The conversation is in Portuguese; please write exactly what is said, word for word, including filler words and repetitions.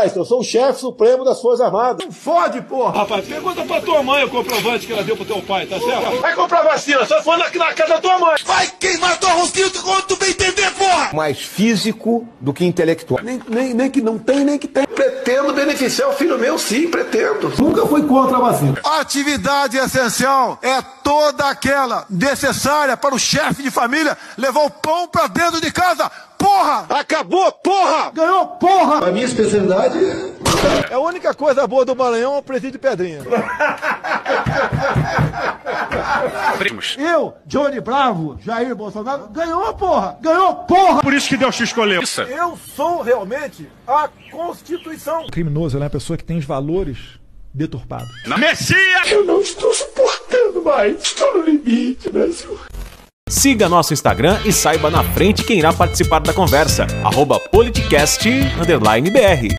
mais, eu sou o chefe supremo das Forças Armadas. Não fode, porra! Rapaz, pergunta pra tua mãe o comprovante que ela deu pro teu pai, tá certo? Vai comprar vacina, só for na, na casa da tua mãe. Vai queimar tua rosquinha quando tu bem entender, porra! Mais físico do que intelectual. Nem, nem, nem que não tem, nem que tem. Pretendo beneficiar o filho meu, sim, pretendo. Nunca fui contra a vacina. Atividade essencial é toda aquela necessária para o chefe de família levar o pão pra dentro de casa. Porra! Acabou, porra! Ganhou, porra! A minha especialidade é... a única coisa boa do Maranhão é o presídio de Pedrinha. Primos. Eu, Johnny Bravo, Jair Bolsonaro, ganhou, porra! Ganhou, porra! Por isso que Deus te escolheu. Isso. Eu sou realmente a Constituição. O criminoso é uma pessoa que tem os valores deturpados. Na Messias! Eu não estou suportando mais. Estou no limite, Brasil. Siga nosso Instagram e saiba na frente quem irá participar da conversa. arroba politicast underline br